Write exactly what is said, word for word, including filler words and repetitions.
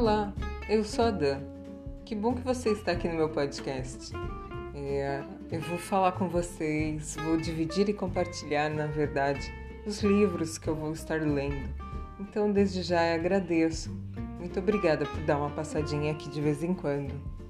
Olá, eu sou a Dan. Que bom que você está aqui no meu podcast. É, eu vou falar com vocês, vou dividir e compartilhar, na verdade, os livros que eu vou estar lendo. Então, desde já, eu agradeço. Muito obrigada por dar uma passadinha aqui de vez em quando.